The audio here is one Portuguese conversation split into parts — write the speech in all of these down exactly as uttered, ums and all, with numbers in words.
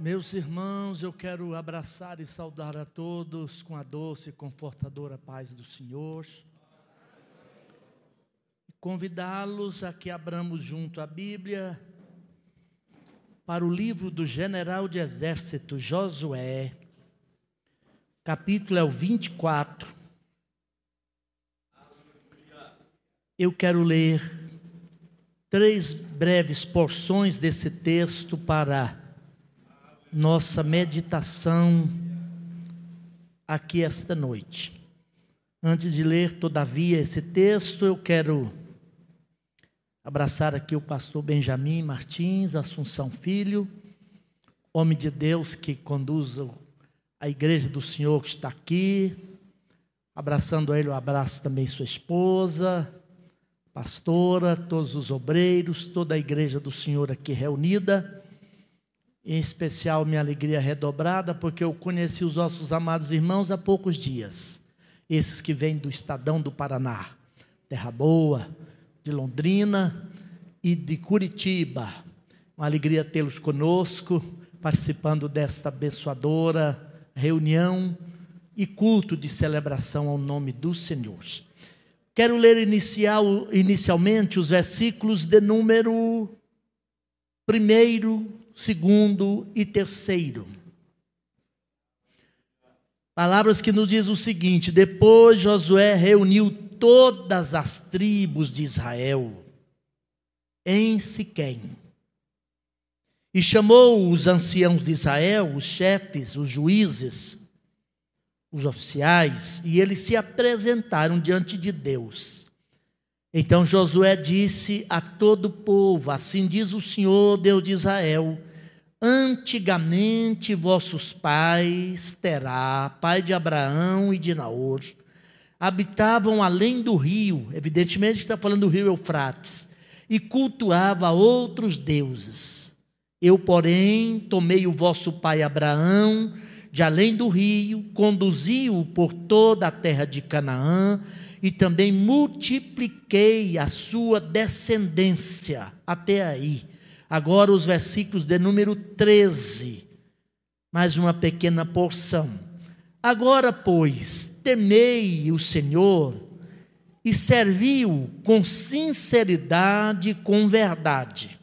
Meus irmãos, eu quero abraçar e saudar a todos com a doce e confortadora paz do Senhor. Convidá-los a que abramos junto a Bíblia para o livro do general de exército Josué, capítulo é o vinte e quatro. Eu quero ler três breves porções desse texto para nossa meditação aqui esta noite. Antes de ler, todavia, esse texto, eu quero abraçar aqui o pastor Benjamin Martins Assunção Filho, homem de Deus que conduz a igreja do Senhor que está aqui. Abraçando ele, eu abraço também sua esposa, pastora, todos os obreiros, toda a igreja do Senhor aqui reunida. Em especial, minha alegria redobrada, porque eu conheci os nossos amados irmãos há poucos dias. Esses que vêm do Estadão do Paraná, Terra Boa, de Londrina e de Curitiba. Uma alegria tê-los conosco, participando desta abençoadora reunião e culto de celebração ao nome do Senhor. Quero ler inicial, inicialmente os versículos de número primeiro, segundo e terceiro. Palavras que nos diz o seguinte: depois Josué reuniu todas as tribos de Israel em Siquém e chamou os anciãos de Israel, os chefes, os juízes, os oficiais, e eles se apresentaram diante de Deus. Então Josué disse a todo o povo: assim diz o Senhor, Deus de Israel: antigamente vossos pais, Terá, pai de Abraão e de Naor, habitavam além do rio, evidentemente está falando do rio Eufrates, e cultuava outros deuses. Eu, porém, tomei o vosso pai Abraão de além do rio, conduzi-o por toda a terra de Canaã, e também multipliquei a sua descendência. Até aí. Agora os versículos de número treze, mais uma pequena porção. Agora, pois, temei o Senhor e servi-o com sinceridade e com verdade.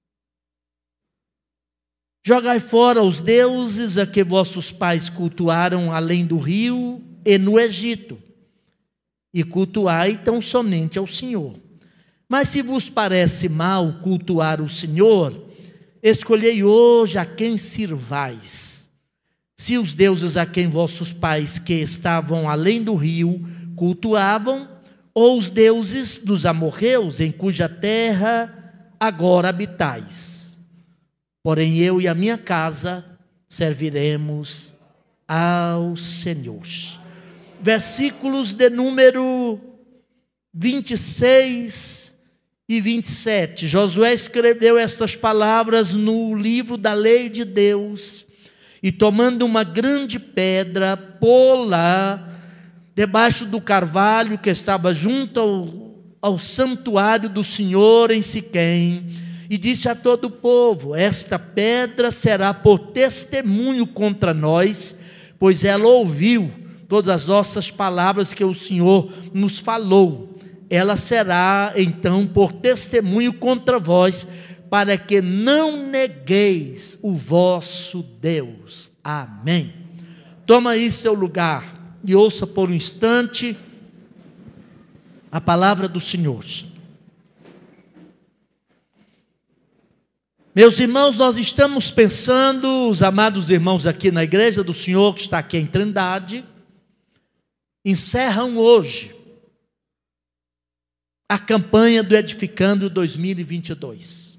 Jogai fora os deuses a que vossos pais cultuaram além do rio e no Egito, e cultuai tão somente ao Senhor. Mas se vos parece mal cultuar o Senhor, escolhei hoje a quem sirvais. Se os deuses a quem vossos pais que estavam além do rio cultuavam, ou os deuses dos amorreus em cuja terra agora habitais. Porém eu e a minha casa serviremos ao Senhor. Versículos de número vinte e seis e vinte e sete. Josué escreveu estas palavras no livro da lei de Deus, e tomando uma grande pedra, pô-la debaixo do carvalho que estava junto ao, ao santuário do Senhor em Siquém, e disse a todo o povo: esta pedra será por testemunho contra nós, pois ela ouviu todas as nossas palavras que o Senhor nos falou. Ela será então por testemunho contra vós, para que não negueis o vosso Deus. Amém. Toma aí seu lugar e ouça por um instante a palavra do Senhor. Meus irmãos, nós estamos pensando, os amados irmãos aqui na igreja do Senhor, que está aqui em Trindade, encerram hoje a campanha do Edificando dois mil e vinte e dois.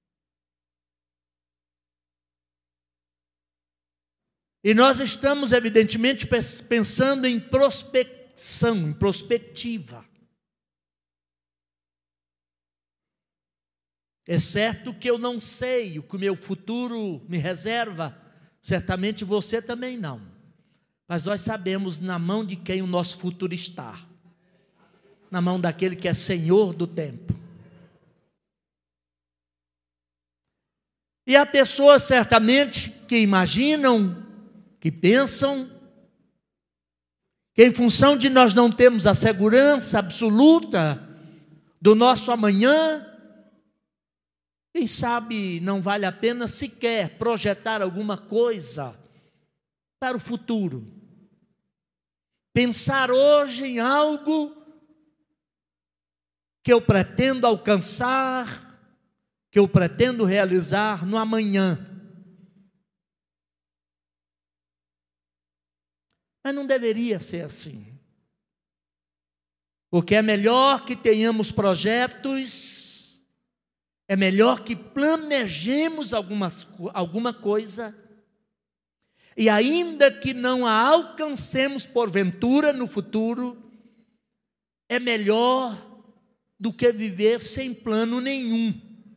E nós estamos, evidentemente, pensando em prospecção, em prospectiva. É certo que eu não sei o que o meu futuro me reserva, certamente você também não. Mas nós sabemos na mão de quem o nosso futuro está. Na mão daquele que é Senhor do tempo. E há pessoas certamente que imaginam, que pensam, que em função de nós não termos a segurança absoluta do nosso amanhã, quem sabe não vale a pena sequer projetar alguma coisa para o futuro. Pensar hoje em algo que eu pretendo alcançar, que eu pretendo realizar no amanhã. Mas não deveria ser assim. Porque é melhor que tenhamos projetos, é melhor que planejemos algumas, alguma coisa, e ainda que não a alcancemos porventura no futuro, é melhor do que viver sem plano nenhum.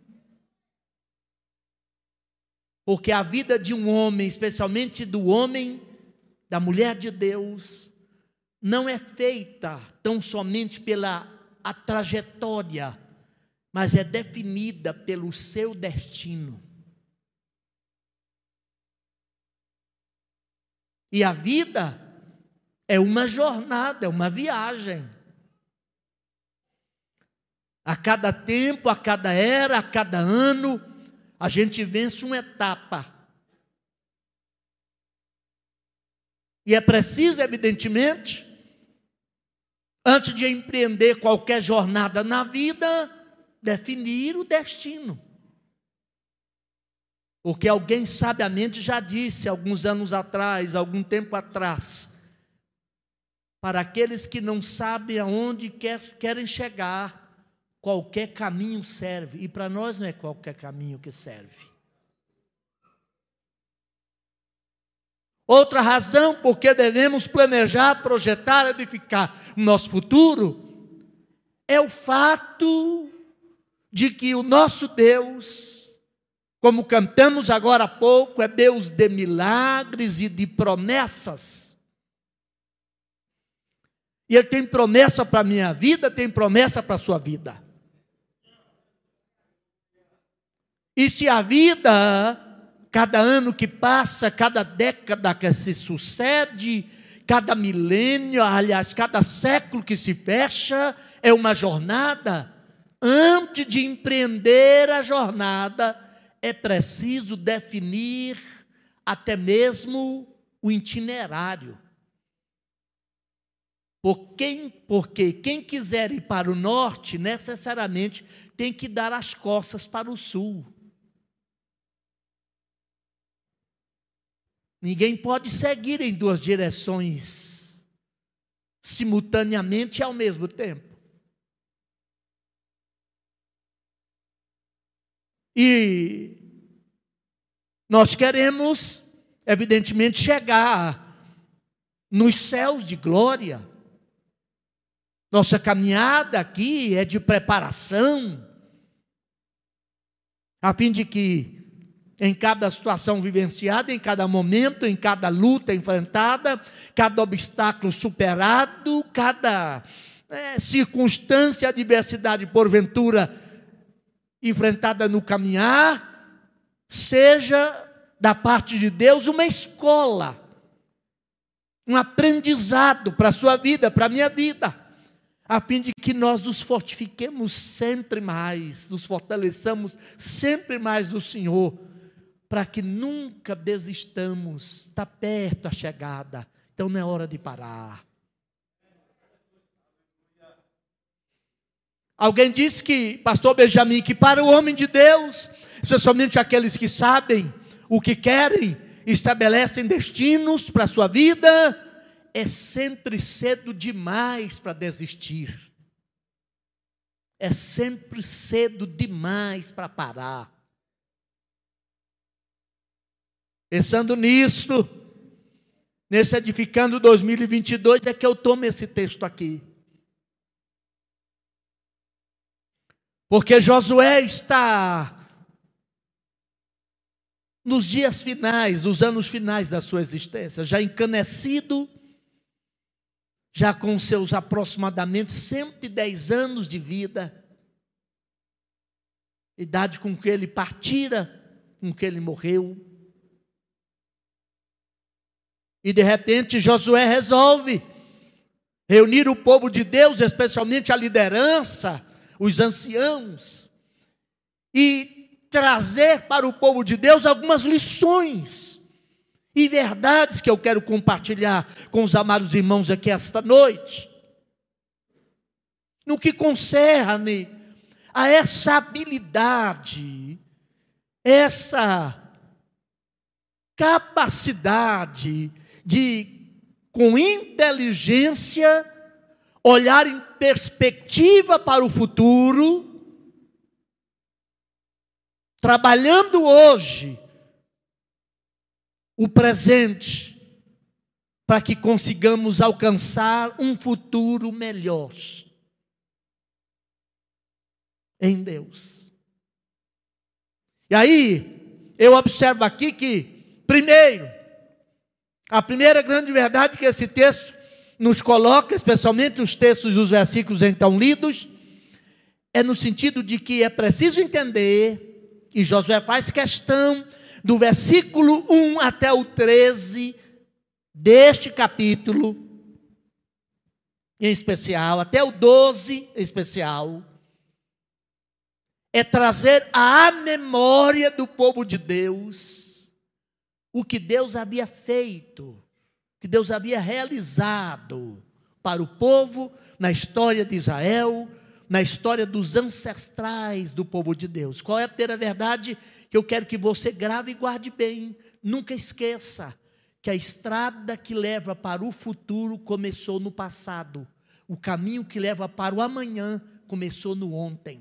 Porque a vida de um homem, especialmente do homem, da mulher de Deus, não é feita tão somente pela a trajetória, mas é definida pelo seu destino. E a vida é uma jornada, é uma viagem. A cada tempo, a cada era, a cada ano, a gente vence uma etapa. E é preciso, evidentemente, antes de empreender qualquer jornada na vida, definir o destino. Porque alguém sabiamente já disse, alguns anos atrás, algum tempo atrás, para aqueles que não sabem aonde quer, querem chegar, qualquer caminho serve. E para nós não é qualquer caminho que serve. Outra razão porque devemos planejar, projetar, edificar o nosso futuro, é o fato de que o nosso Deus, como cantamos agora há pouco, é Deus de milagres e de promessas. E Ele tem promessa para a minha vida, tem promessa para a sua vida. E se a vida, cada ano que passa, cada década que se sucede, cada milênio, aliás, cada século que se fecha, é uma jornada, antes de empreender a jornada, é preciso definir até mesmo o itinerário. Por quem, porque quem quiser ir para o norte, necessariamente tem que dar as costas para o sul. Ninguém pode seguir em duas direções simultaneamente e ao mesmo tempo. E nós queremos, evidentemente, chegar nos céus de glória. Nossa caminhada aqui é de preparação, a fim de que em cada situação vivenciada, em cada momento, em cada luta enfrentada, cada obstáculo superado, cada é, circunstância, adversidade, porventura, enfrentada no caminhar, seja da parte de Deus uma escola, um aprendizado para a sua vida, para a minha vida, a fim de que nós nos fortifiquemos sempre mais, nos fortaleçamos sempre mais do Senhor, para que nunca desistamos. Está perto a chegada, então não é hora de parar. Alguém disse que, pastor Benjamin, que para o homem de Deus, especialmente aqueles que sabem o que querem, estabelecem destinos para a sua vida, é sempre cedo demais para desistir. É sempre cedo demais para parar. Pensando nisto, nesse Edificando dois mil e vinte e dois, é que eu tomo esse texto aqui. Porque Josué está nos dias finais, nos anos finais da sua existência, já encanecido, já com seus aproximadamente cento e dez anos de vida, idade com que ele partira, com que ele morreu. E de repente Josué resolve reunir o povo de Deus, especialmente a liderança, os anciãos, e trazer para o povo de Deus algumas lições e verdades que eu quero compartilhar com os amados irmãos aqui esta noite. No que concerne a essa habilidade, essa capacidade de, com inteligência, olhar em perspectiva para o futuro, trabalhando hoje o presente, para que consigamos alcançar um futuro melhor em Deus. E aí, eu observo aqui que, primeiro, a primeira grande verdade que esse texto nos coloca, especialmente os textos e os versículos então lidos, é no sentido de que é preciso entender, e Josué faz questão, do versículo um até o treze deste capítulo, em especial, até o doze em especial, é trazer à memória do povo de Deus o que Deus havia feito, o que Deus havia realizado para o povo na história de Israel, na história dos ancestrais do povo de Deus. Qual é a primeira verdade que eu quero que você grave e guarde bem? Nunca esqueça que a estrada que leva para o futuro começou no passado. O caminho que leva para o amanhã começou no ontem.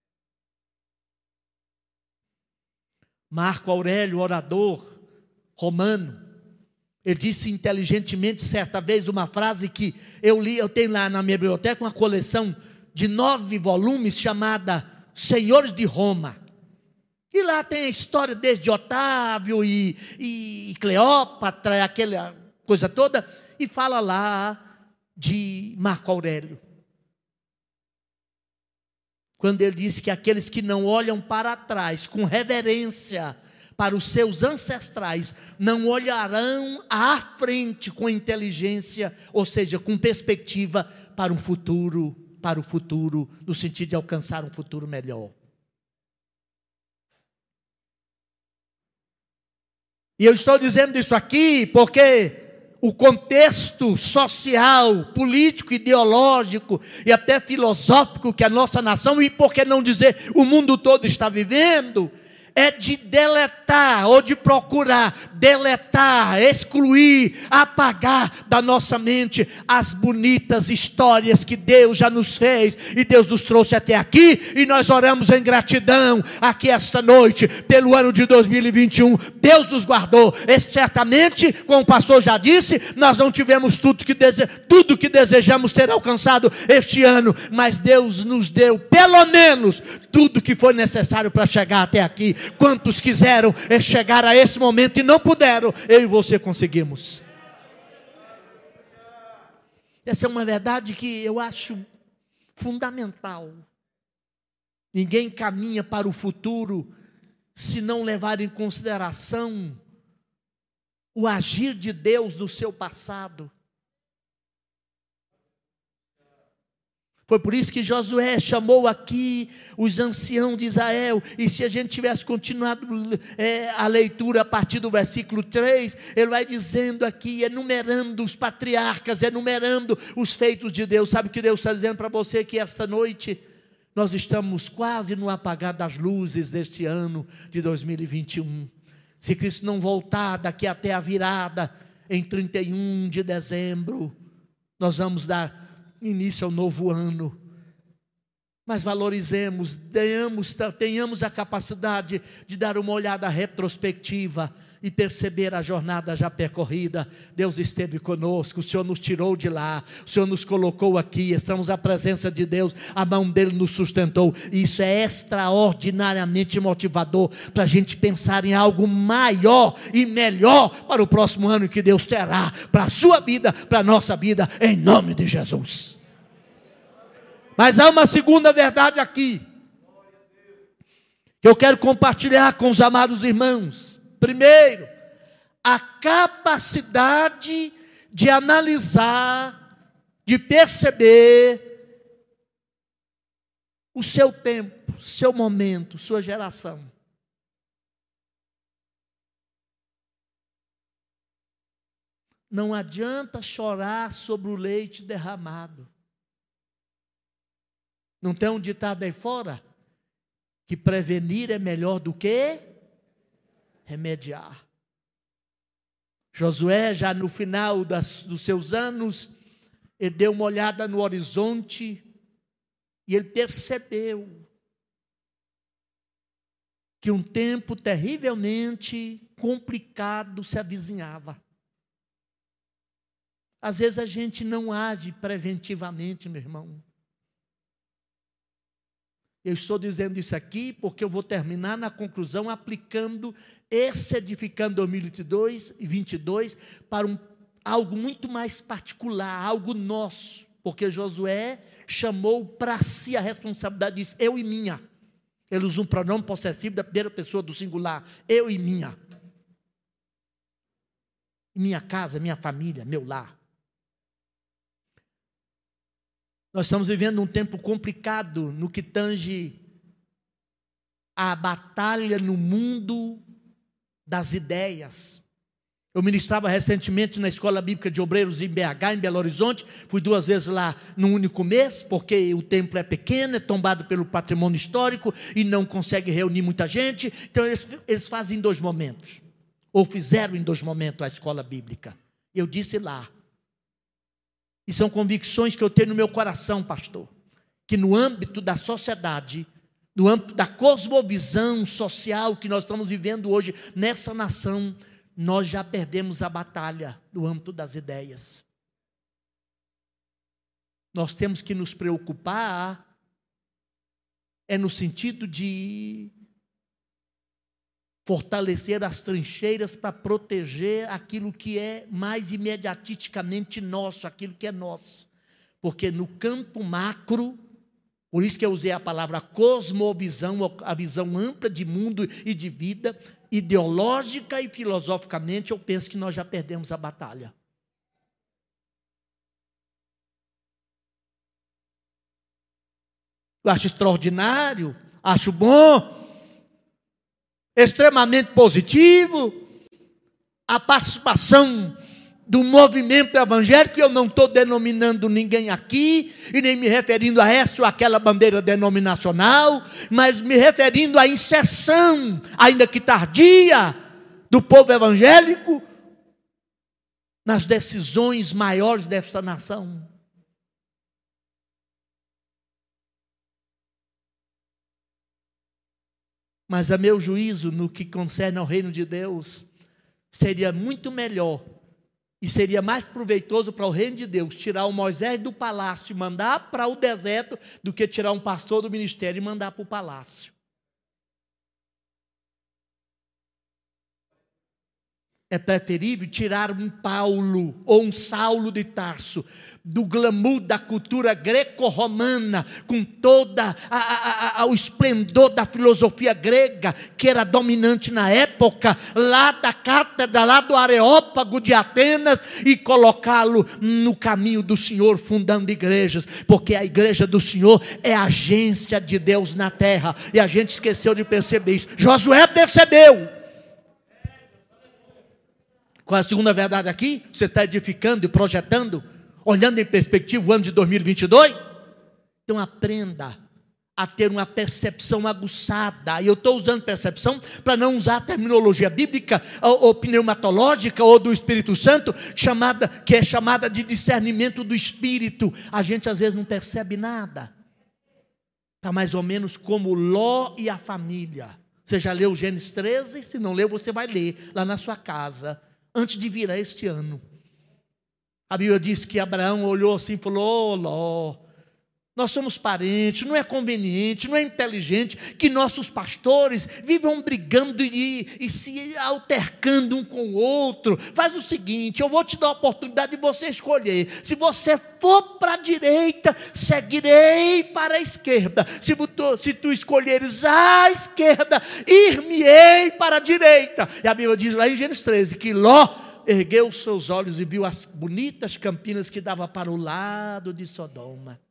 Marco Aurélio, orador romano, ele disse inteligentemente certa vez uma frase que eu li, eu tenho lá na minha biblioteca uma coleção de nove volumes chamada Senhores de Roma. E lá tem a história desde Otávio e, e, e Cleópatra, aquela coisa toda, e fala lá de Marco Aurélio. Quando ele disse que aqueles que não olham para trás com reverência para os seus ancestrais, não olharão à frente com inteligência, ou seja, com perspectiva para um futuro, para o futuro, no sentido de alcançar um futuro melhor. E eu estou dizendo isso aqui porque o contexto social, político, ideológico e até filosófico que a nossa nação, e por que não dizer o mundo todo está vivendo, é de deletar ou de procurar deletar, excluir, apagar da nossa mente as bonitas histórias que Deus já nos fez e Deus nos trouxe até aqui, e nós oramos em gratidão aqui esta noite pelo ano de dois mil e vinte e um. Deus nos guardou. E certamente, como o pastor já disse, nós não tivemos tudo que, dese... tudo que desejamos ter alcançado este ano, mas Deus nos deu pelo menos tudo que foi necessário para chegar até aqui. Quantos quiseram chegar a esse momento e não puderam, eu e você conseguimos. Essa é uma verdade que eu acho fundamental. Ninguém caminha para o futuro se não levar em consideração o agir de Deus no seu passado. Foi por isso que Josué chamou aqui os anciãos de Israel. E se a gente tivesse continuado é, a leitura a partir do versículo três, ele vai dizendo aqui, enumerando os patriarcas, enumerando os feitos de Deus. Sabe o que Deus está dizendo para você que esta noite nós estamos quase no apagar das luzes deste ano de dois mil e vinte e um. Se Cristo não voltar daqui até a virada, em trinta e um de dezembro, nós vamos dar início ao novo ano. Mas valorizemos, tenhamos, tenhamos a capacidade de dar uma olhada retrospectiva e perceber a jornada já percorrida. Deus esteve conosco, o Senhor nos tirou de lá, o Senhor nos colocou aqui, estamos na presença de Deus, a mão dele nos sustentou, e isso é extraordinariamente motivador para a gente pensar em algo maior e melhor para o próximo ano que Deus terá para a sua vida, para a nossa vida, em nome de Jesus. Mas há uma segunda verdade aqui que eu quero compartilhar com os amados irmãos. Primeiro, a capacidade de analisar, de perceber o seu tempo, seu momento, sua geração. Não adianta chorar sobre o leite derramado. Não tem um ditado aí fora? Que prevenir é melhor do que remediar. Josué, já no final das, dos seus anos, ele deu uma olhada no horizonte e ele percebeu que um tempo terrivelmente complicado se avizinhava. Às vezes a gente não age preventivamente, meu irmão. Eu estou dizendo isso aqui porque eu vou terminar na conclusão aplicando esse Edificando dois mil e vinte e dois para um, algo muito mais particular, algo nosso. Porque Josué chamou para si a responsabilidade disso, eu e minha. Ele usa um pronome possessivo da primeira pessoa do singular, eu e minha. Minha casa, minha família, meu lar. Nós estamos vivendo um tempo complicado no que tange a batalha no mundo das ideias. Eu ministrava recentemente na Escola Bíblica de Obreiros em B H, em Belo Horizonte. Fui duas vezes lá num único mês, porque o templo é pequeno, é tombado pelo patrimônio histórico e não consegue reunir muita gente. Então eles, eles fazem em dois momentos, ou fizeram em dois momentos a Escola Bíblica. Eu disse lá, e são convicções que eu tenho no meu coração, pastor, que no âmbito da sociedade, no âmbito da cosmovisão social que nós estamos vivendo hoje nessa nação, nós já perdemos a batalha no âmbito das ideias. Nós temos que nos preocupar, é no sentido de fortalecer as trincheiras para proteger aquilo que é mais imediatisticamente nosso, aquilo que é nosso. Porque no campo macro, por isso que eu usei a palavra cosmovisão, a visão ampla de mundo e de vida, ideológica e filosoficamente, eu penso que nós já perdemos a batalha. Eu acho extraordinário, acho bom, extremamente positivo, a participação do movimento evangélico. Eu não estou denominando ninguém aqui, e nem me referindo a essa ou aquela bandeira denominacional, mas me referindo à inserção, ainda que tardia, do povo evangélico nas decisões maiores desta nação. Mas a meu juízo, no que concerne ao reino de Deus, seria muito melhor e seria mais proveitoso para o reino de Deus tirar o Moisés do palácio e mandar para o deserto do que tirar um pastor do ministério e mandar para o palácio. É preferível tirar um Paulo ou um Saulo de Tarso do glamour da cultura greco-romana, com toda a, a, a, o esplendor da filosofia grega, que era dominante na época, lá da cátedra, lá do Areópago de Atenas, e colocá-lo no caminho do Senhor, fundando igrejas, porque a igreja do Senhor é a agência de Deus na terra, e a gente esqueceu de perceber isso. Josué percebeu. Qual é a segunda verdade aqui? Você está edificando e projetando, olhando em perspectiva o ano de dois mil e vinte e dois? Então aprenda a ter uma percepção aguçada. E eu estou usando percepção para não usar a terminologia bíblica ou, ou pneumatológica ou do Espírito Santo, chamada, que é chamada de discernimento do Espírito. A gente às vezes não percebe nada. Está mais ou menos como Ló e a família. Você já leu Gênesis treze? Se não leu, você vai ler lá na sua casa, antes de virar este ano. A Bíblia diz que Abraão olhou assim e falou: ô Ló, nós somos parentes, não é conveniente, não é inteligente que nossos pastores vivam brigando e, e se altercando um com o outro. Faz o seguinte, eu vou te dar a oportunidade de você escolher. Se você for para a direita, seguirei para a esquerda. Se tu, se tu escolheres a esquerda, ir-me-ei para a direita. E a Bíblia diz lá em Gênesis treze, que Ló ergueu os seus olhos e viu as bonitas campinas que davam para o lado de Sodoma.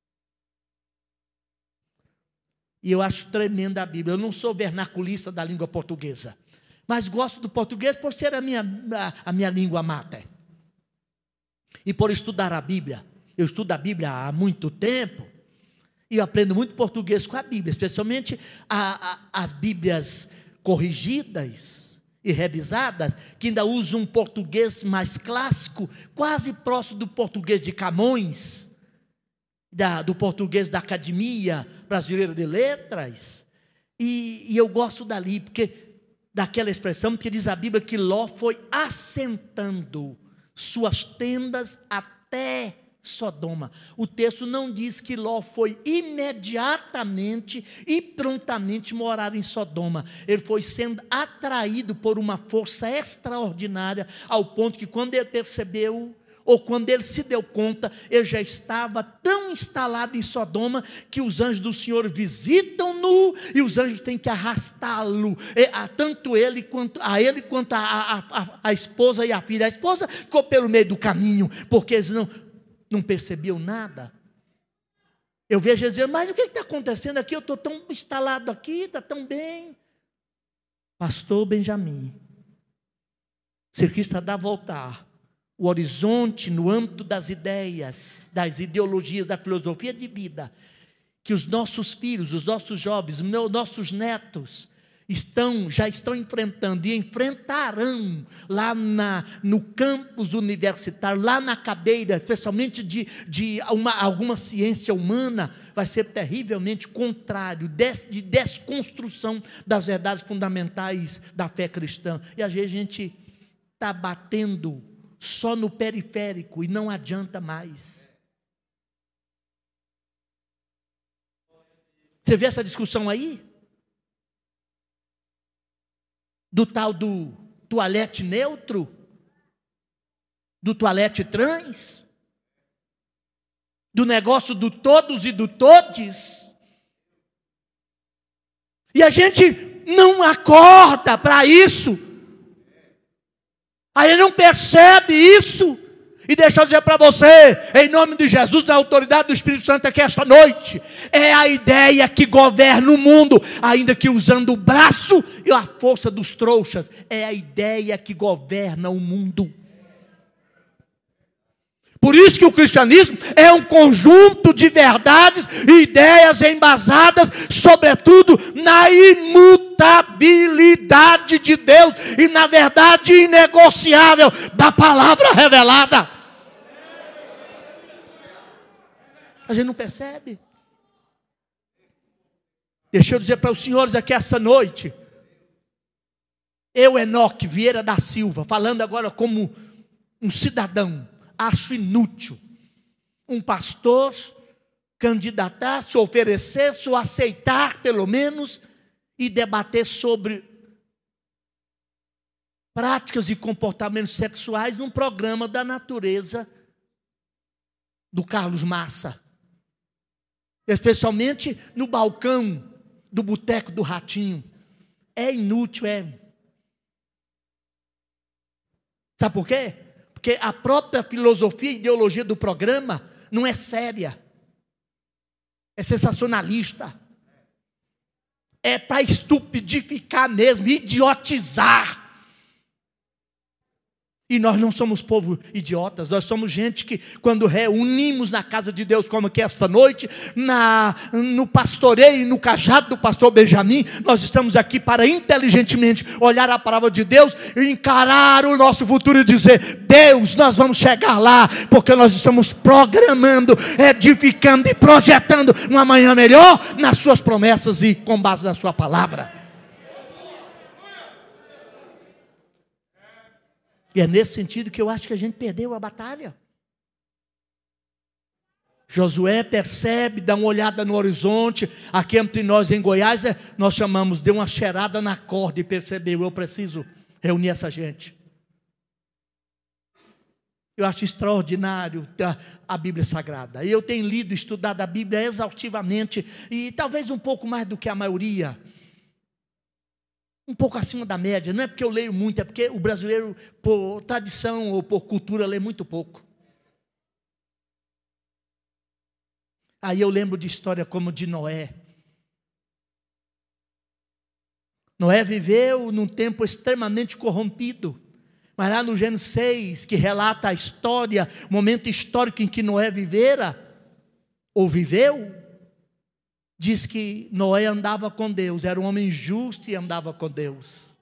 E eu acho tremenda a Bíblia. Eu não sou vernaculista da língua portuguesa, mas gosto do português por ser a minha, a, a minha língua mater. E por estudar a Bíblia. Eu estudo a Bíblia há muito tempo. E eu aprendo muito português com a Bíblia. Especialmente a, a, as Bíblias corrigidas e revisadas, que ainda usam um português mais clássico, quase próximo do português de Camões, da, do português da Academia Brasileira de Letras. E, e eu gosto dali, porque daquela expressão que diz a Bíblia que Ló foi assentando suas tendas até Sodoma. O texto não diz que Ló foi imediatamente e prontamente morar em Sodoma. Ele foi sendo atraído por uma força extraordinária, ao ponto que quando ele percebeu, ou quando ele se deu conta, ele já estava tão instalado em Sodoma, que os anjos do Senhor visitam-no, e os anjos têm que arrastá-lo, tanto ele quanto a ele, quanto a, a, a, a esposa e a filha. A esposa ficou pelo meio do caminho, porque eles não, não percebiam nada. Eu vejo eles dizendo, mas o que está acontecendo aqui? Eu estou tão instalado aqui, está tão bem. Pastor Benjamin, se Cristo dá a voltar, o horizonte no âmbito das ideias, das ideologias, da filosofia de vida, que os nossos filhos, os nossos jovens, meus, nossos netos, estão, já estão enfrentando e enfrentarão lá na, no campus universitário, lá na cadeira, especialmente de, de uma, alguma ciência humana, vai ser terrivelmente contrário, des, de desconstrução das verdades fundamentais da fé cristã. E às vezes a gente está batendo só no periférico e não adianta mais. Você vê essa discussão aí? Do tal do toalete neutro? Do toalete trans? Do negócio do todos e do todes? E a gente não acorda para isso. Aí não percebe isso. E deixa eu dizer para você, em nome de Jesus, na autoridade do Espírito Santo, aqui esta noite, é a ideia que governa o mundo, ainda que usando o braço e a força dos trouxas, é a ideia que governa o mundo. Por isso que o cristianismo é um conjunto de verdades e ideias embasadas, sobretudo, na imutabilidade de Deus e na verdade inegociável da palavra revelada. A gente não percebe. Deixa eu dizer para os senhores aqui esta noite, eu, Enoque Vieira da Silva, falando agora como um cidadão, acho inútil um pastor candidatar-se, oferecer-se, ou aceitar pelo menos, e debater sobre práticas e comportamentos sexuais num programa da natureza do Carlos Massa. Especialmente no balcão do Boteco do Ratinho. É inútil, é. Sabe por quê? Porque a própria filosofia e ideologia do programa não é séria. É sensacionalista. É para estupidificar mesmo, idiotizar. E nós não somos povo idiotas, nós somos gente que, quando reunimos na casa de Deus, como aqui esta noite, na, no pastoreio e no cajado do pastor Benjamin, nós estamos aqui para inteligentemente olhar a palavra de Deus e encarar o nosso futuro e dizer, Deus, nós vamos chegar lá, porque nós estamos programando, edificando e projetando uma manhã melhor nas suas promessas e com base na sua palavra. E é nesse sentido que eu acho que a gente perdeu a batalha. Josué percebe, dá uma olhada no horizonte, aqui entre nós em Goiás, nós chamamos, deu uma cheirada na corda e percebeu, eu preciso reunir essa gente. Eu acho extraordinário a Bíblia Sagrada. Eu tenho lido, estudado a Bíblia exaustivamente, e talvez um pouco mais do que a maioria, um pouco acima da média. Não é porque eu leio muito, é porque o brasileiro, por tradição ou por cultura, lê muito pouco. Aí eu lembro de história como de Noé. Noé viveu num tempo extremamente corrompido. Mas lá no Gênesis seis, que relata a história, o momento histórico em que Noé vivera, ou viveu, diz que Noé andava com Deus, era um homem justo e andava com Deus.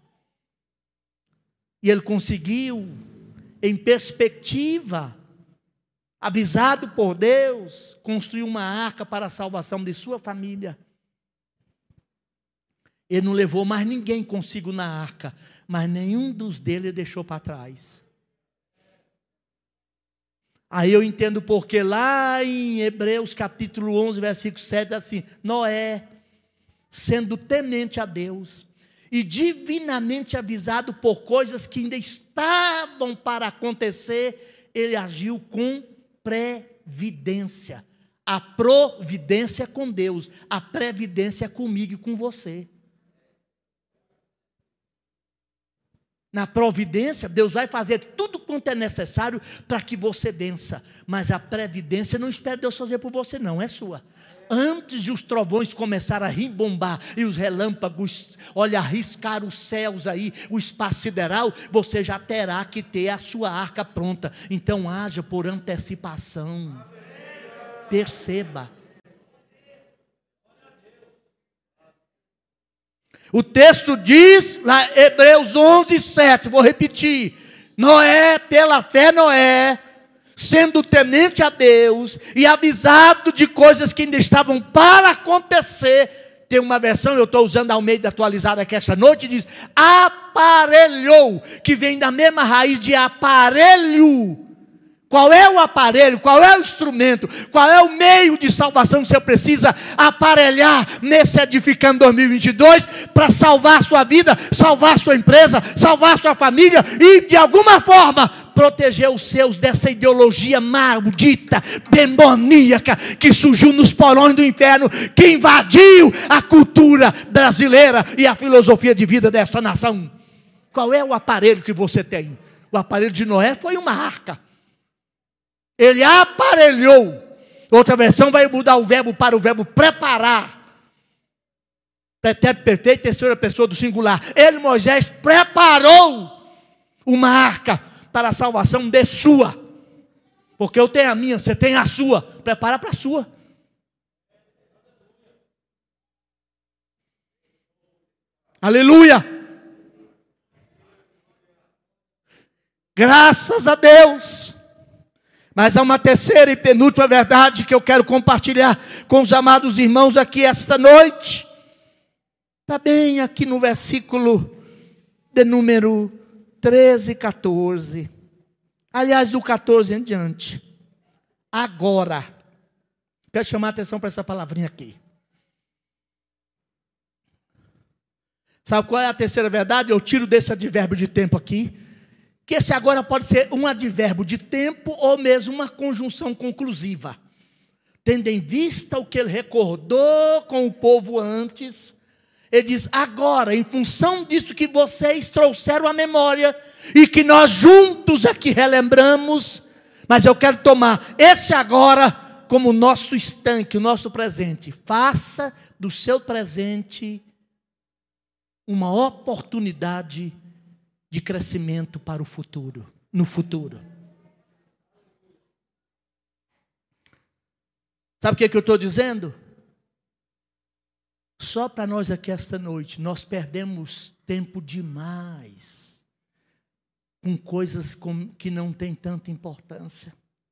E ele conseguiu, em perspectiva, avisado por Deus, construir uma arca para a salvação de sua família. Ele não levou mais ninguém consigo na arca, mas nenhum dos dele deixou para trás. Aí eu entendo porque lá em Hebreus capítulo onze, versículo sete, assim, Noé, sendo temente a Deus e divinamente avisado por coisas que ainda estavam para acontecer, ele agiu com previdência. A providência é com Deus, a previdência é comigo e com você. Na providência, Deus vai fazer tudo quanto é necessário para que você vença. Mas a previdência não espera Deus fazer por você, não, é sua. Antes de os trovões começarem a rimbombar e os relâmpagos, olha, arriscar os céus aí, o espaço sideral, você já terá que ter a sua arca pronta. Então haja por antecipação. Perceba. O texto diz, lá Hebreus onze, sete, vou repetir. Noé, pela fé Noé, sendo temente a Deus e avisado de coisas que ainda estavam para acontecer. Tem uma versão, eu estou usando a Almeida atualizada aqui esta noite, diz, aparelhou, que vem da mesma raiz de aparelho. Qual é o aparelho, qual é o instrumento, qual é o meio de salvação que você precisa aparelhar nesse Edificando dois mil e vinte e dois para salvar a sua vida, salvar a sua empresa, salvar a sua família e de alguma forma proteger os seus dessa ideologia maldita, demoníaca que surgiu nos porões do inferno, que invadiu a cultura brasileira e a filosofia de vida desta nação. Qual é o aparelho que você tem? O aparelho de Noé foi uma arca. Ele aparelhou. Outra versão vai mudar o verbo para o verbo preparar. Pretérito perfeito, terceira pessoa do singular. Ele, Moisés, preparou uma arca para a salvação de sua. Porque eu tenho a minha, você tem a sua. Prepara para a sua. Aleluia. Graças a Deus. Mas há uma terceira e penúltima verdade que eu quero compartilhar com os amados irmãos aqui esta noite. Está bem aqui no versículo de número treze e quatorze. Aliás, do quatorze em diante. Agora. Quero chamar a atenção para essa palavrinha aqui. Sabe qual é a terceira verdade? Eu tiro desse advérbio de tempo aqui. Que esse agora pode ser um advérbio de tempo ou mesmo uma conjunção conclusiva. Tendo em vista o que ele recordou com o povo antes, ele diz, agora, em função disso que vocês trouxeram à memória, e que nós juntos aqui relembramos, mas eu quero tomar esse agora como o nosso estanque, o nosso presente. Faça do seu presente uma oportunidade de crescimento para o futuro, no futuro. Sabe o que, é que eu estou dizendo? Só para nós aqui esta noite, nós perdemos tempo demais com coisas com, que não têm tanta importância.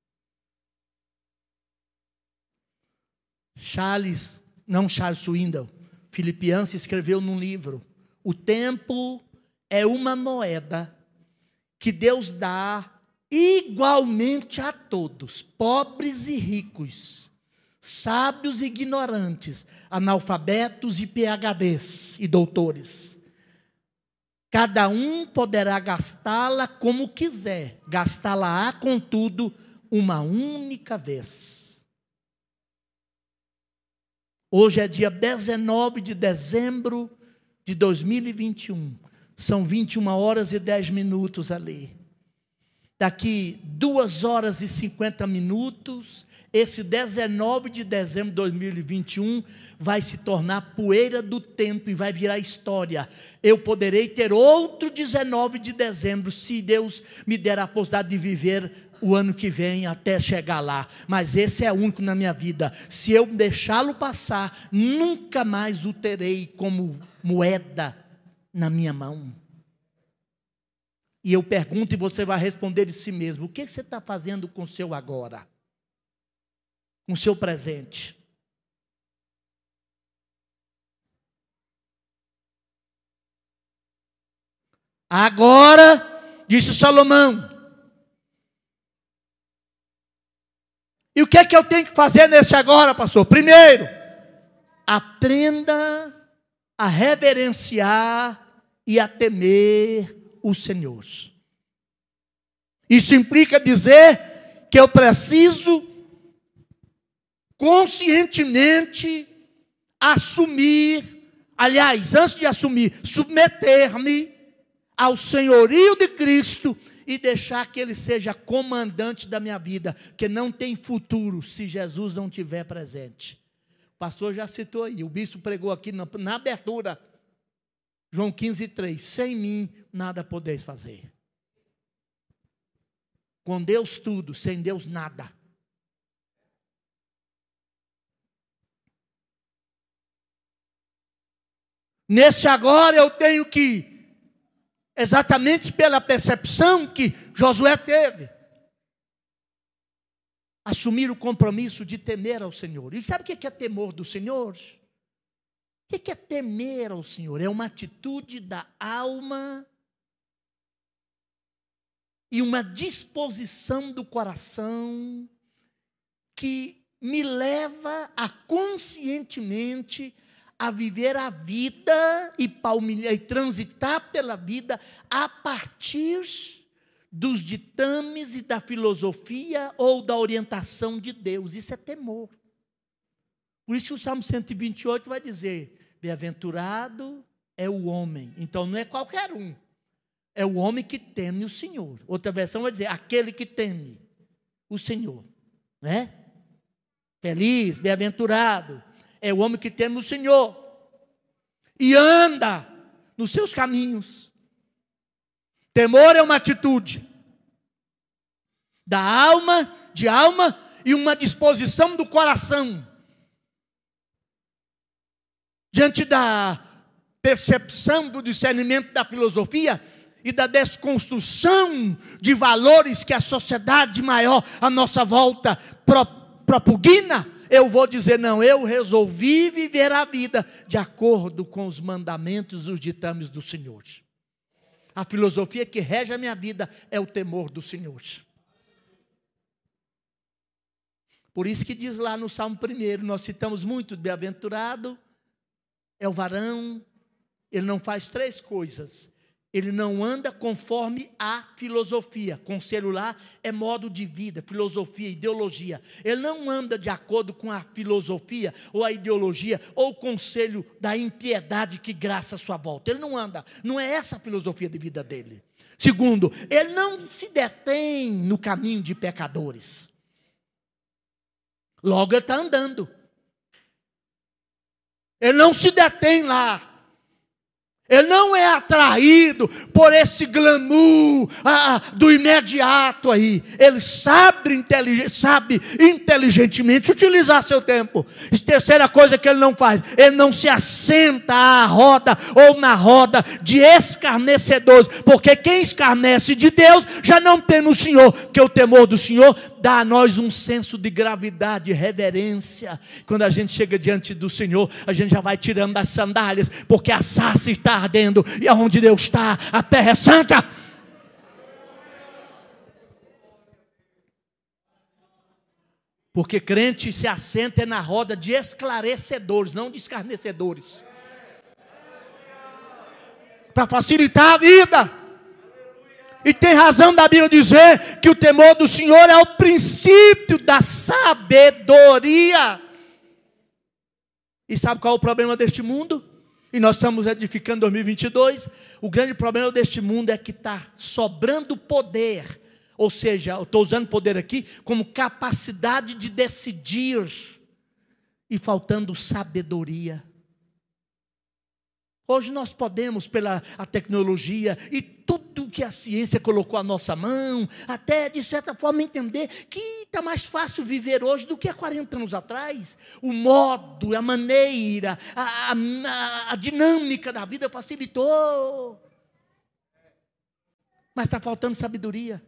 Charles, não Charles Swindoll, Filipiense, escreveu num livro, o tempo é uma moeda que Deus dá igualmente a todos, pobres e ricos, sábios e ignorantes, analfabetos e P H Ds e doutores. Cada um poderá gastá-la como quiser, gastá-la-á, contudo, uma única vez. Hoje é dia dezenove de dezembro de dois mil e vinte e um. São vinte e uma horas e dez minutos ali. Daqui duas horas e cinquenta minutos, esse dezenove de dezembro de dois mil e vinte e um vai se tornar poeira do tempo e vai virar história. Eu poderei ter outro dezenove de dezembro, se Deus me der a possibilidade de viver o ano que vem até chegar lá. Mas esse é único na minha vida. Se eu deixá-lo passar, nunca mais o terei como moeda na minha mão. E eu pergunto e você vai responder de si mesmo: o que você está fazendo com o seu agora? Com o seu presente? Agora, disse Salomão. E o que é que eu tenho que fazer nesse agora, pastor? Primeiro, aprenda a reverenciar e a temer o Senhor. Isso implica dizer que eu preciso conscientemente assumir, aliás, antes de assumir, submeter-me ao senhorio de Cristo e deixar que Ele seja comandante da minha vida, que não tem futuro se Jesus não estiver presente. O pastor já citou aí, o bispo pregou aqui na, na abertura, João quinze, três, sem mim nada podeis fazer. Com Deus tudo, sem Deus nada. Nesse agora eu tenho que, exatamente pela percepção que Josué teve, assumir o compromisso de temer ao Senhor. E sabe o que é temor do Senhor? O que é temer ao Senhor? É uma atitude da alma e uma disposição do coração que me leva a conscientemente a viver a vida e, palmilhar, e transitar pela vida a partir dos ditames e da filosofia ou da orientação de Deus. Isso é temor. Por isso que o Salmo cento e vinte e oito vai dizer: bem-aventurado é o homem. Então não é qualquer um, é o homem que teme o Senhor. Outra versão vai dizer: aquele que teme o Senhor, né? Feliz, bem-aventurado é o homem que teme o Senhor e anda nos seus caminhos. Temor é uma atitude da alma, de alma, e uma disposição do coração diante da percepção, do discernimento da filosofia e da desconstrução de valores que a sociedade maior à nossa volta propugna. Eu vou dizer: não, eu resolvi viver a vida de acordo com os mandamentos e os ditames do Senhor. A filosofia que rege a minha vida é o temor do Senhor. Por isso que diz lá no Salmo primeiro, nós citamos muito: bem-aventurado é o varão, ele não faz três coisas. Ele não anda conforme a filosofia. Conselho lá é modo de vida, filosofia, ideologia. Ele não anda de acordo com a filosofia ou a ideologia ou o conselho da impiedade que graça a sua volta. Ele não anda, não é essa a filosofia de vida dele. Segundo, ele não se detém no caminho de pecadores. Logo ele está andando. Ele não se detém lá. Ele não é atraído por esse glamour ah, do imediato aí. Ele sabe, intelig- sabe inteligentemente utilizar seu tempo. E terceira coisa que ele não faz: ele não se assenta à roda ou na roda de escarnecedores. Porque quem escarnece de Deus já não teme o Senhor. Porque o temor do Senhor dá a nós um senso de gravidade, reverência. Quando a gente chega diante do Senhor, a gente já vai tirando as sandálias, porque a sarça está ardendo, e aonde Deus está, a terra é santa. Porque crente se assenta na roda de esclarecedores, não de escarnecedores. Para facilitar a vida. E tem razão da Bíblia dizer que o temor do Senhor é o princípio da sabedoria. E sabe qual é o problema deste mundo? E nós estamos edificando dois mil e vinte e dois. O grande problema deste mundo é que está sobrando poder. Ou seja, eu estou usando poder aqui como capacidade de decidir. E faltando sabedoria. Hoje nós podemos, pela a tecnologia e tudo que a ciência colocou à nossa mão, até de certa forma entender que está mais fácil viver hoje do que há quarenta anos atrás. O modo, a maneira, a, a, a dinâmica da vida facilitou. Mas está faltando sabedoria.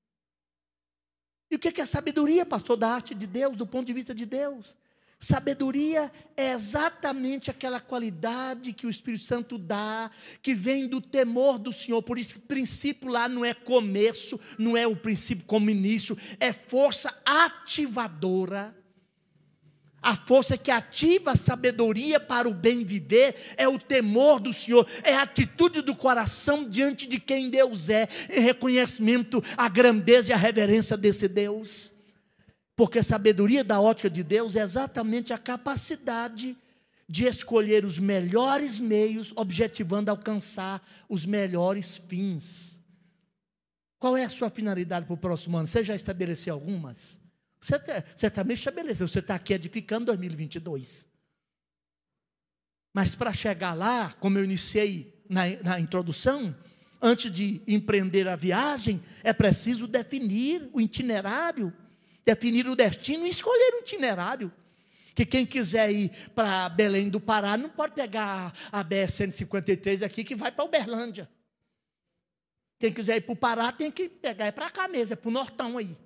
E o que é sabedoria, pastor, da arte de Deus, do ponto de vista de Deus? Sabedoria é exatamente aquela qualidade que o Espírito Santo dá, que vem do temor do Senhor. Por isso que o princípio lá não é começo, não é o princípio como início, é força ativadora. A força que ativa a sabedoria para o bem viver é o temor do Senhor, é a atitude do coração diante de quem Deus é, em reconhecimento à grandeza e à reverência desse Deus. Porque a sabedoria da ótica de Deus é exatamente a capacidade de escolher os melhores meios, objetivando alcançar os melhores fins. Qual é a sua finalidade para o próximo ano? Você já estabeleceu algumas? Você, você também estabeleceu, você está aqui edificando dois mil e vinte e dois. Mas para chegar lá, como eu iniciei na, na introdução, antes de empreender a viagem, é preciso definir o itinerário, definir o destino e escolher o itinerário. Que quem quiser ir para Belém do Pará, não pode pegar a B R cento e cinquenta e três aqui, que vai para Uberlândia. Quem quiser ir para o Pará, tem que pegar, é para cá mesmo, é para o Nortão aí.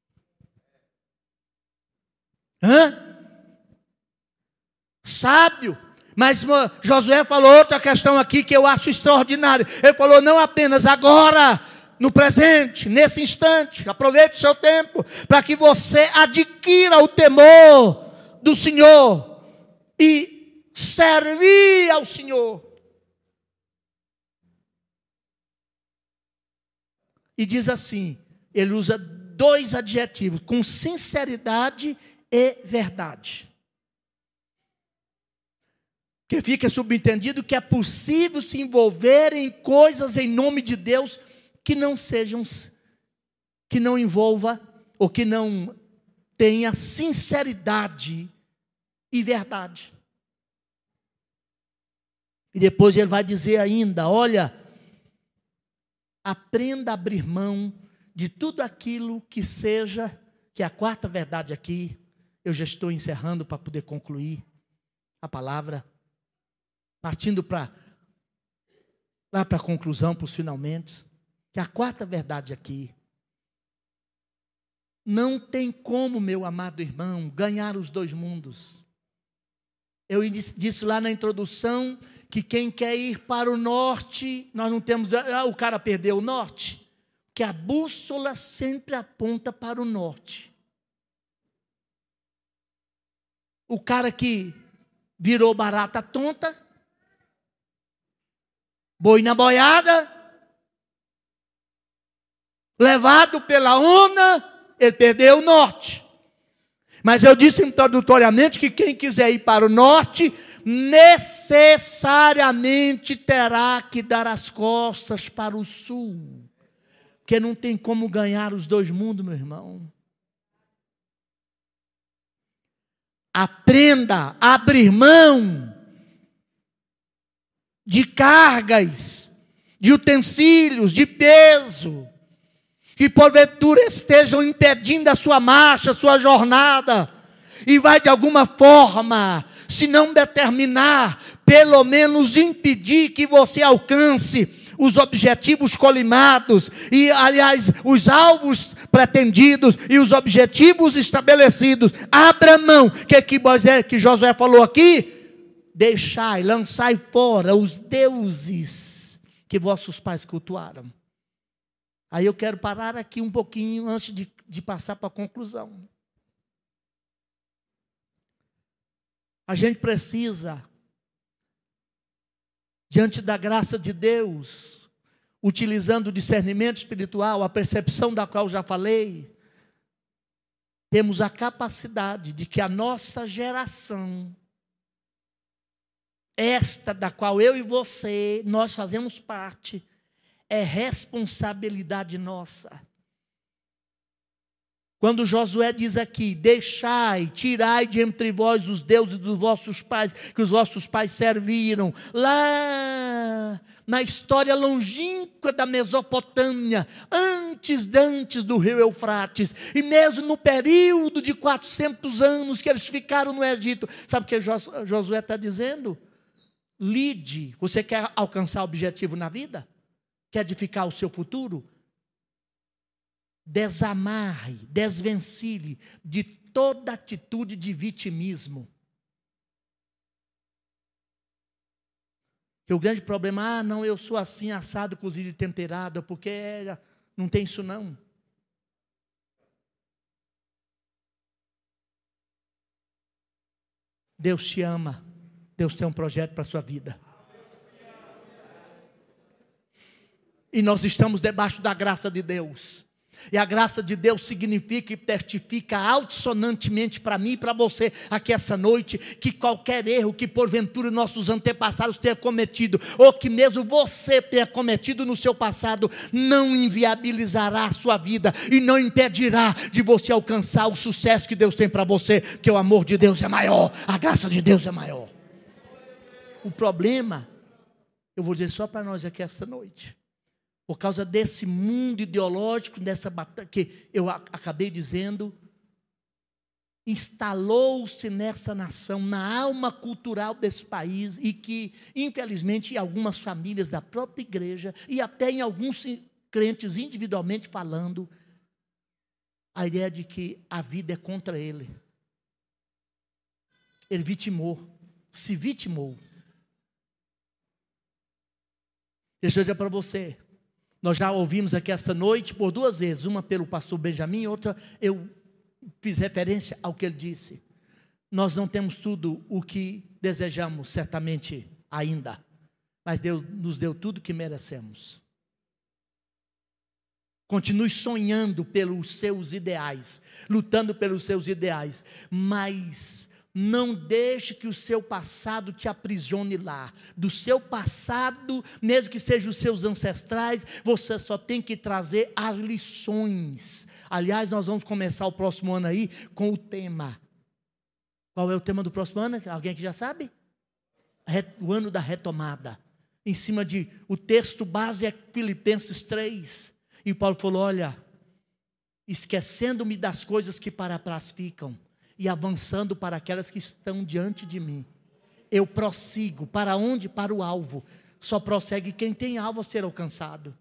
Hã? Sábio. Mas Josué falou outra questão aqui que eu acho extraordinária. Ele falou, não apenas agora, no presente, nesse instante, aproveite o seu tempo, para que você adquira o temor do Senhor e servir ao Senhor. E diz assim, ele usa dois adjetivos, com sinceridade e verdade. Que fica subentendido que é possível se envolver em coisas em nome de Deus que não sejam, que não envolva, ou que não tenha sinceridade e verdade. E depois ele vai dizer ainda, olha, aprenda a abrir mão de tudo aquilo que seja, que é a quarta verdade aqui, eu já estou encerrando para poder concluir a palavra, partindo para lá para a conclusão, para os finalmente, que a quarta verdade aqui, não tem como, meu amado irmão, ganhar os dois mundos. Eu disse lá na introdução que quem quer ir para o norte, nós não temos, ah, o cara perdeu o norte, que a bússola sempre aponta para o norte. O cara que virou barata tonta, boi na boiada, levado pela onda, ele perdeu o norte. Mas eu disse introdutoriamente que quem quiser ir para o norte, necessariamente terá que dar as costas para o sul. Porque não tem como ganhar os dois mundos, meu irmão. Aprenda a abrir mão de cargas, de utensílios, de peso, que porventura estejam impedindo a sua marcha, a sua jornada, e vai de alguma forma, se não determinar, pelo menos impedir que você alcance os objetivos colimados, e aliás, os alvos pretendidos e os objetivos estabelecidos. Abra mão, que que, que Josué falou aqui, deixai, lançai fora os deuses que vossos pais cultuaram. Aí eu quero parar aqui um pouquinho antes de, de passar para a conclusão. A gente precisa, diante da graça de Deus, utilizando o discernimento espiritual, a percepção da qual já falei, temos a capacidade de que a nossa geração, esta da qual eu e você, nós fazemos parte, é responsabilidade nossa. Quando Josué diz aqui, deixai, tirai de entre vós os deuses dos vossos pais, que os vossos pais serviram, lá na história longínqua da Mesopotâmia, antes de antes do rio Eufrates, e mesmo no período de quatrocentos anos que eles ficaram no Egito, sabe o que Josué está dizendo? Lide, você quer alcançar objetivo na vida? Quer edificar o seu futuro? Desamarre, desvencilhe de toda atitude de vitimismo. Que o grande problema, ah, não, eu sou assim, assado, cozido e temperado, porque não tem isso não. Deus te ama, Deus tem um projeto para a sua vida. E nós estamos debaixo da graça de Deus. E a graça de Deus significa e testifica altissonantemente para mim e para você aqui essa noite, que qualquer erro que porventura nossos antepassados tenham cometido, ou que mesmo você tenha cometido no seu passado, não inviabilizará a sua vida e não impedirá de você alcançar o sucesso que Deus tem para você, porque o amor de Deus é maior, a graça de Deus é maior. O problema, eu vou dizer só para nós aqui esta noite, por causa desse mundo ideológico, dessa batalha, que eu acabei dizendo, instalou-se nessa nação, na alma cultural desse país, e que, infelizmente, em algumas famílias da própria igreja, e até em alguns crentes individualmente falando, a ideia de que a vida é contra ele. Ele vitimou, se vitimou. Deixa eu dizer para você, nós já ouvimos aqui esta noite por duas vezes, uma pelo pastor Benjamin, outra eu fiz referência ao que ele disse. Nós não temos tudo o que desejamos, certamente ainda, mas Deus nos deu tudo o que merecemos. Continue sonhando pelos seus ideais, lutando pelos seus ideais, mas não deixe que o seu passado te aprisione lá. Do seu passado, mesmo que sejam os seus ancestrais, você só tem que trazer as lições. Aliás, nós vamos começar o próximo ano aí com o tema. Qual é o tema do próximo ano? Alguém que já sabe? O ano da retomada. Em cima de, o texto base é Filipenses três. E Paulo falou, olha, esquecendo-me das coisas que para trás ficam, e avançando para aquelas que estão diante de mim, eu prossigo. Para onde? Para o alvo. Só prossegue quem tem alvo a ser alcançado.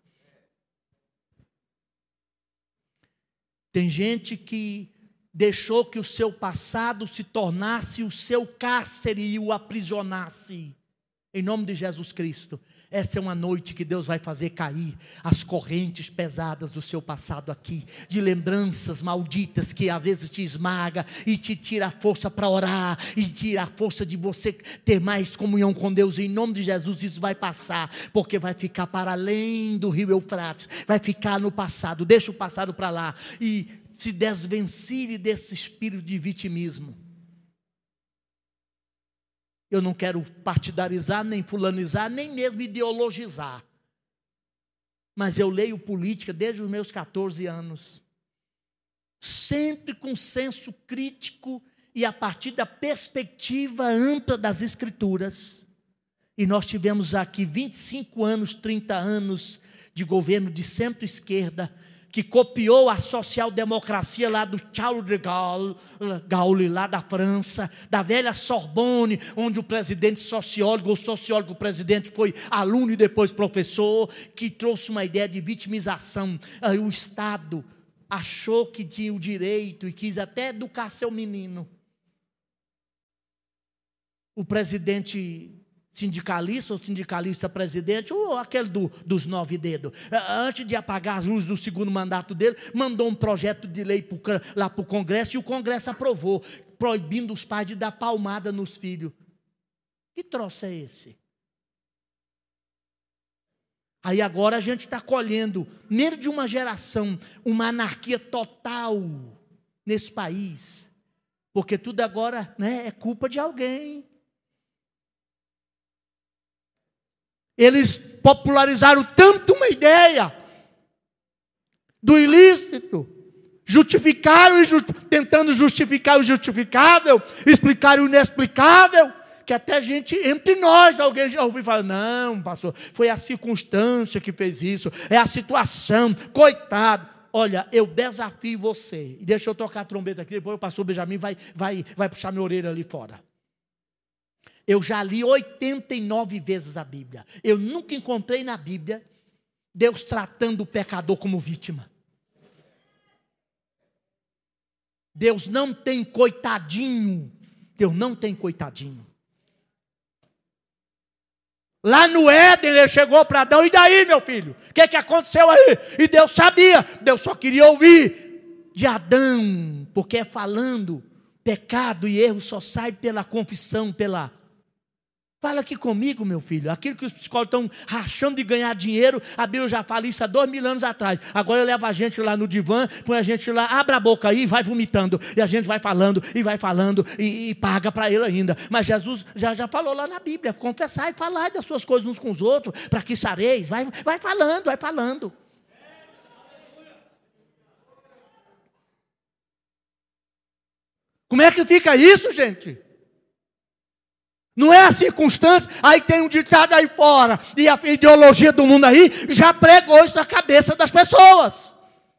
Tem gente que deixou que o seu passado se tornasse o seu cárcere e o aprisionasse. Em nome de Jesus Cristo, essa é uma noite que Deus vai fazer cair as correntes pesadas do seu passado aqui, de lembranças malditas que às vezes te esmaga e te tira a força para orar, e tira a força de você ter mais comunhão com Deus. Em nome de Jesus isso vai passar, porque vai ficar para além do rio Eufrates, vai ficar no passado. Deixa o passado para lá e se desvencilhe desse espírito de vitimismo. Eu não quero partidarizar, nem fulanizar, nem mesmo ideologizar. Mas eu leio política desde os meus catorze anos. Sempre com senso crítico e a partir da perspectiva ampla das Escrituras. E nós tivemos aqui vinte e cinco anos, trinta anos de governo de centro-esquerda, que copiou a social-democracia lá do Charles de Gaulle, lá da França, da velha Sorbonne, onde o presidente sociólogo, o sociólogo presidente foi aluno e depois professor, que trouxe uma ideia de vitimização. Aí o Estado achou que tinha o direito e quis até educar seu menino. O presidente sindicalista, ou sindicalista presidente, ou aquele do, dos nove dedos. Antes de apagar as luzes do segundo mandato dele, mandou um projeto de lei pro, lá para o Congresso, e o Congresso aprovou, proibindo os pais de dar palmada nos filhos. Que troço é esse? Aí agora a gente está colhendo, menos de uma geração, uma anarquia total nesse país. Porque tudo agora, né, é culpa de alguém. Eles popularizaram tanto uma ideia do ilícito, justificaram e just, tentando justificar o justificável, explicar o inexplicável, que até gente, entre nós, alguém já ouviu falar, não, pastor, foi a circunstância que fez isso, é a situação, coitado. Olha, eu desafio você, e deixa eu tocar a trombeta aqui, depois o pastor Benjamin vai, vai, vai puxar minha orelha ali fora. Eu já li oitenta e nove vezes a Bíblia. Eu nunca encontrei na Bíblia Deus tratando o pecador como vítima. Deus não tem coitadinho. Deus não tem coitadinho. Lá no Éden ele chegou para Adão, e daí, meu filho? O que, que aconteceu aí? E Deus sabia, Deus só queria ouvir de Adão, porque é falando, pecado e erro só sai pela confissão, pela... Fala aqui comigo, meu filho, aquilo que os psicólogos estão rachando de ganhar dinheiro, a Bíblia já fala isso há dois mil anos atrás. Agora eu levo a gente lá no divã, põe a gente lá, abre a boca aí e vai vomitando, e a gente vai falando, e vai falando, e, e paga para ele ainda. Mas Jesus já, já falou lá na Bíblia, confessar e falar das suas coisas uns com os outros, para que sareis, vai, vai falando, vai falando. Como é que fica isso, gente? Não é a circunstância, aí tem um ditado aí fora, e a ideologia do mundo aí já pregou isso na cabeça das pessoas.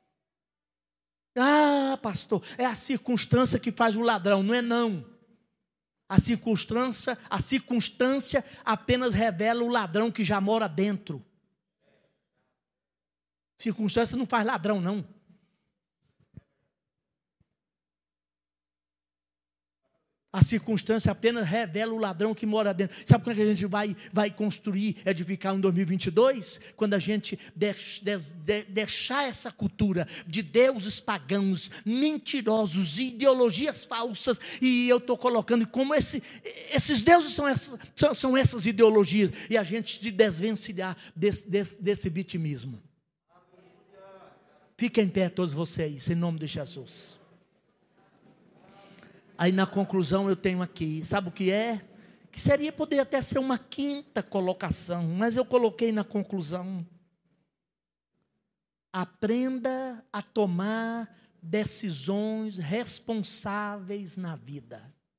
Ah, pastor, é a circunstância que faz o ladrão, não é não. A circunstância, a circunstância apenas revela o ladrão que já mora dentro. Circunstância não faz ladrão, não. A circunstância apenas revela o ladrão que mora dentro. Sabe quando a gente vai, vai construir, edificar um dois mil e vinte e dois? Quando a gente deix, deix, de, deixar essa cultura de deuses pagãos, mentirosos, ideologias falsas, e eu estou colocando como esse, esses deuses são essas, são, são essas ideologias, e a gente se desvencilhar desse, desse, desse vitimismo. Fiquem em pé todos vocês, em nome de Jesus. Aí na conclusão eu tenho aqui, sabe o que é? Que seria poder até ser uma quinta colocação, mas eu coloquei na conclusão. Aprenda a tomar decisões responsáveis na vida.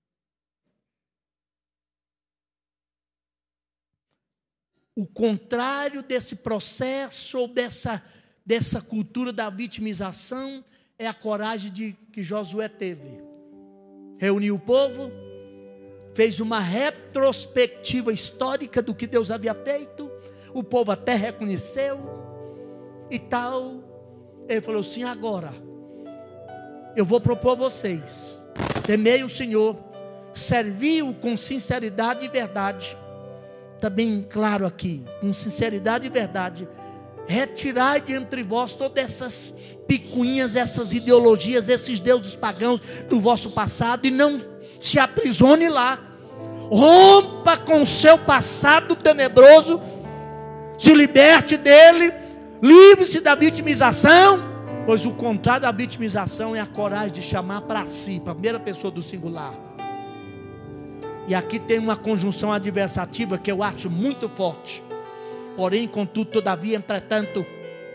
O contrário desse processo ou dessa, dessa cultura da vitimização é a coragem de, que Josué teve. Reuniu o povo, fez uma retrospectiva histórica do que Deus havia feito, o povo até reconheceu e tal. Ele falou assim: agora eu vou propor a vocês, temei o Senhor, servi-o com sinceridade e verdade. Está bem claro aqui, com sinceridade e verdade. Retirai de entre vós todas essas picuinhas, essas ideologias, esses deuses pagãos do vosso passado, e não se aprisione lá. Rompa com o seu passado tenebroso, se liberte dele, livre-se da vitimização, pois o contrário da vitimização é a coragem de chamar para si, para a primeira pessoa do singular. E aqui tem uma conjunção adversativa que eu acho muito forte. Porém, contudo, todavia, entretanto,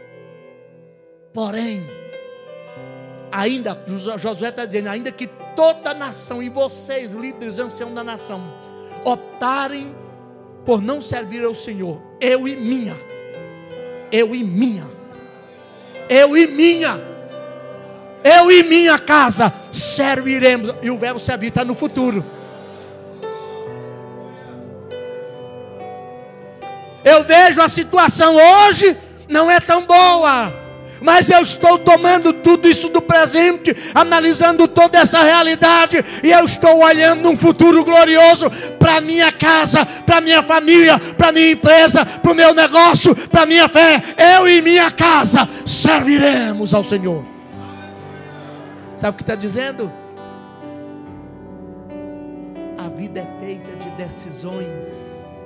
porém, ainda, Josué está dizendo, ainda que toda a nação, e vocês, líderes, anciãos da nação, optarem por não servir ao Senhor, eu e minha, eu e minha, eu e minha, eu e minha casa, serviremos, e o verbo servir está no futuro. Eu vejo a situação hoje não é tão boa, Mas eu estou tomando tudo isso do presente, analisando toda essa realidade, e eu estou olhando um futuro glorioso para a minha casa, para a minha família, para a minha empresa, para o meu negócio, para a minha fé. Eu e minha casa serviremos ao Senhor. Sabe o que está dizendo? A vida é feita de decisões.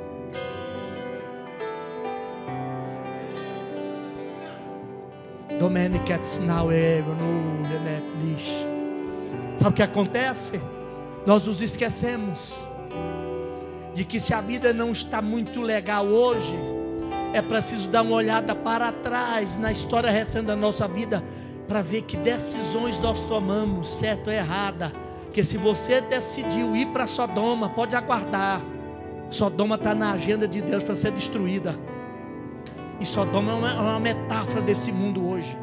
Sabe o que acontece? Nós nos esquecemos de que se a vida não está muito legal hoje, é preciso dar uma olhada para trás na história restante da nossa vida, para ver que decisões nós tomamos, certo ou errada. Porque se você decidiu ir para Sodoma, pode aguardar. Sodoma está na agenda de Deus para ser destruída. E Sodoma é uma, é uma metáfora desse mundo hoje.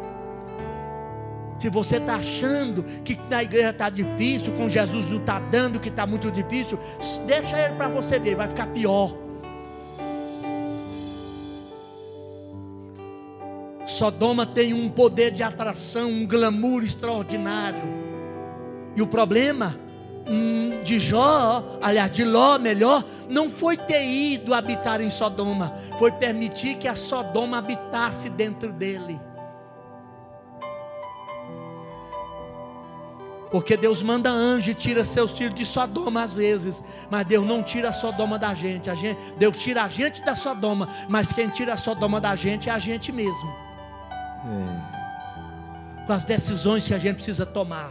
Se você está achando que na igreja está difícil, com Jesus não está dando, que está muito difícil, deixa ele para você ver, vai ficar pior. Sodoma tem um poder de atração, um glamour extraordinário. E o problema hum, de Jó, aliás de Ló melhor, não foi ter ido habitar em Sodoma, foi permitir que a Sodoma habitasse dentro dele. Porque Deus manda anjo e tira seus filhos de Sodoma às vezes, mas Deus não tira a Sodoma da gente. A gente Deus tira a gente da Sodoma, mas quem tira a Sodoma da gente é a gente mesmo. É. Com as decisões que a gente precisa tomar.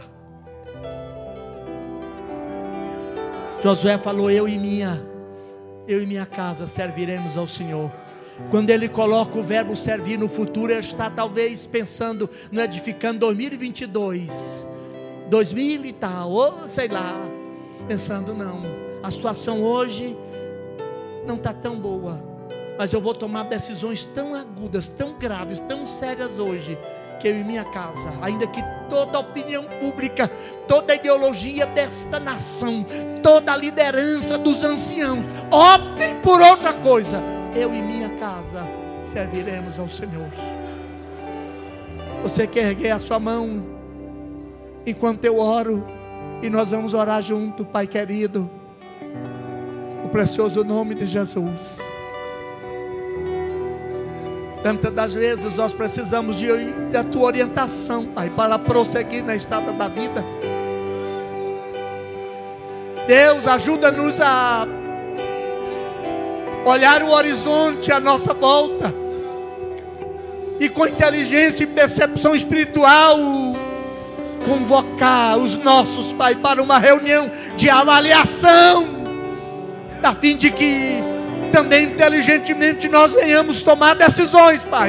Josué falou: eu e minha eu e minha casa serviremos ao Senhor. Quando ele coloca o verbo servir no futuro, ele está talvez pensando no edificando dois mil e vinte e dois, dois mil e tal, ou sei lá, pensando não, a situação hoje não está tão boa, mas eu vou tomar decisões tão agudas, tão graves, tão sérias hoje, que eu e minha casa, ainda que toda a opinião pública, toda a ideologia desta nação, toda a liderança dos anciãos optem por outra coisa, eu e minha casa serviremos ao Senhor. Você quer erguer a sua mão enquanto eu oro, e nós vamos orar junto, Pai querido, o precioso nome de Jesus. Tantas das vezes nós precisamos de, da tua orientação, Pai, para prosseguir na estrada da vida. Deus, ajuda-nos a olhar o horizonte à nossa volta, e com inteligência e percepção espiritual convocar os nossos, Pai, para uma reunião de avaliação, a fim de que também inteligentemente nós venhamos tomar decisões, Pai.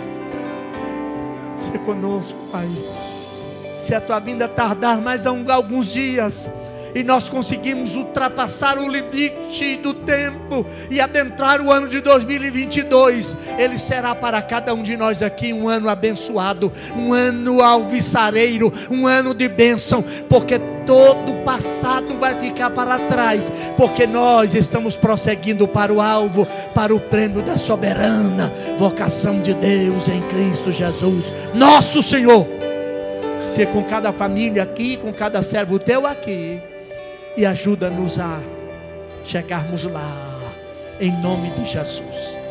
Se conosco, Pai. Se a tua vinda tardar mais alguns dias, e nós conseguimos ultrapassar o limite do tempo e adentrar o ano de dois mil e vinte e dois, ele será para cada um de nós aqui um ano abençoado, um ano alvissareiro, um ano de bênção, porque todo o passado vai ficar para trás, porque nós estamos prosseguindo para o alvo, para o prêmio da soberana vocação de Deus em Cristo Jesus, nosso Senhor. Se com cada família aqui, com cada servo teu aqui, e ajuda-nos a chegarmos lá, em nome de Jesus.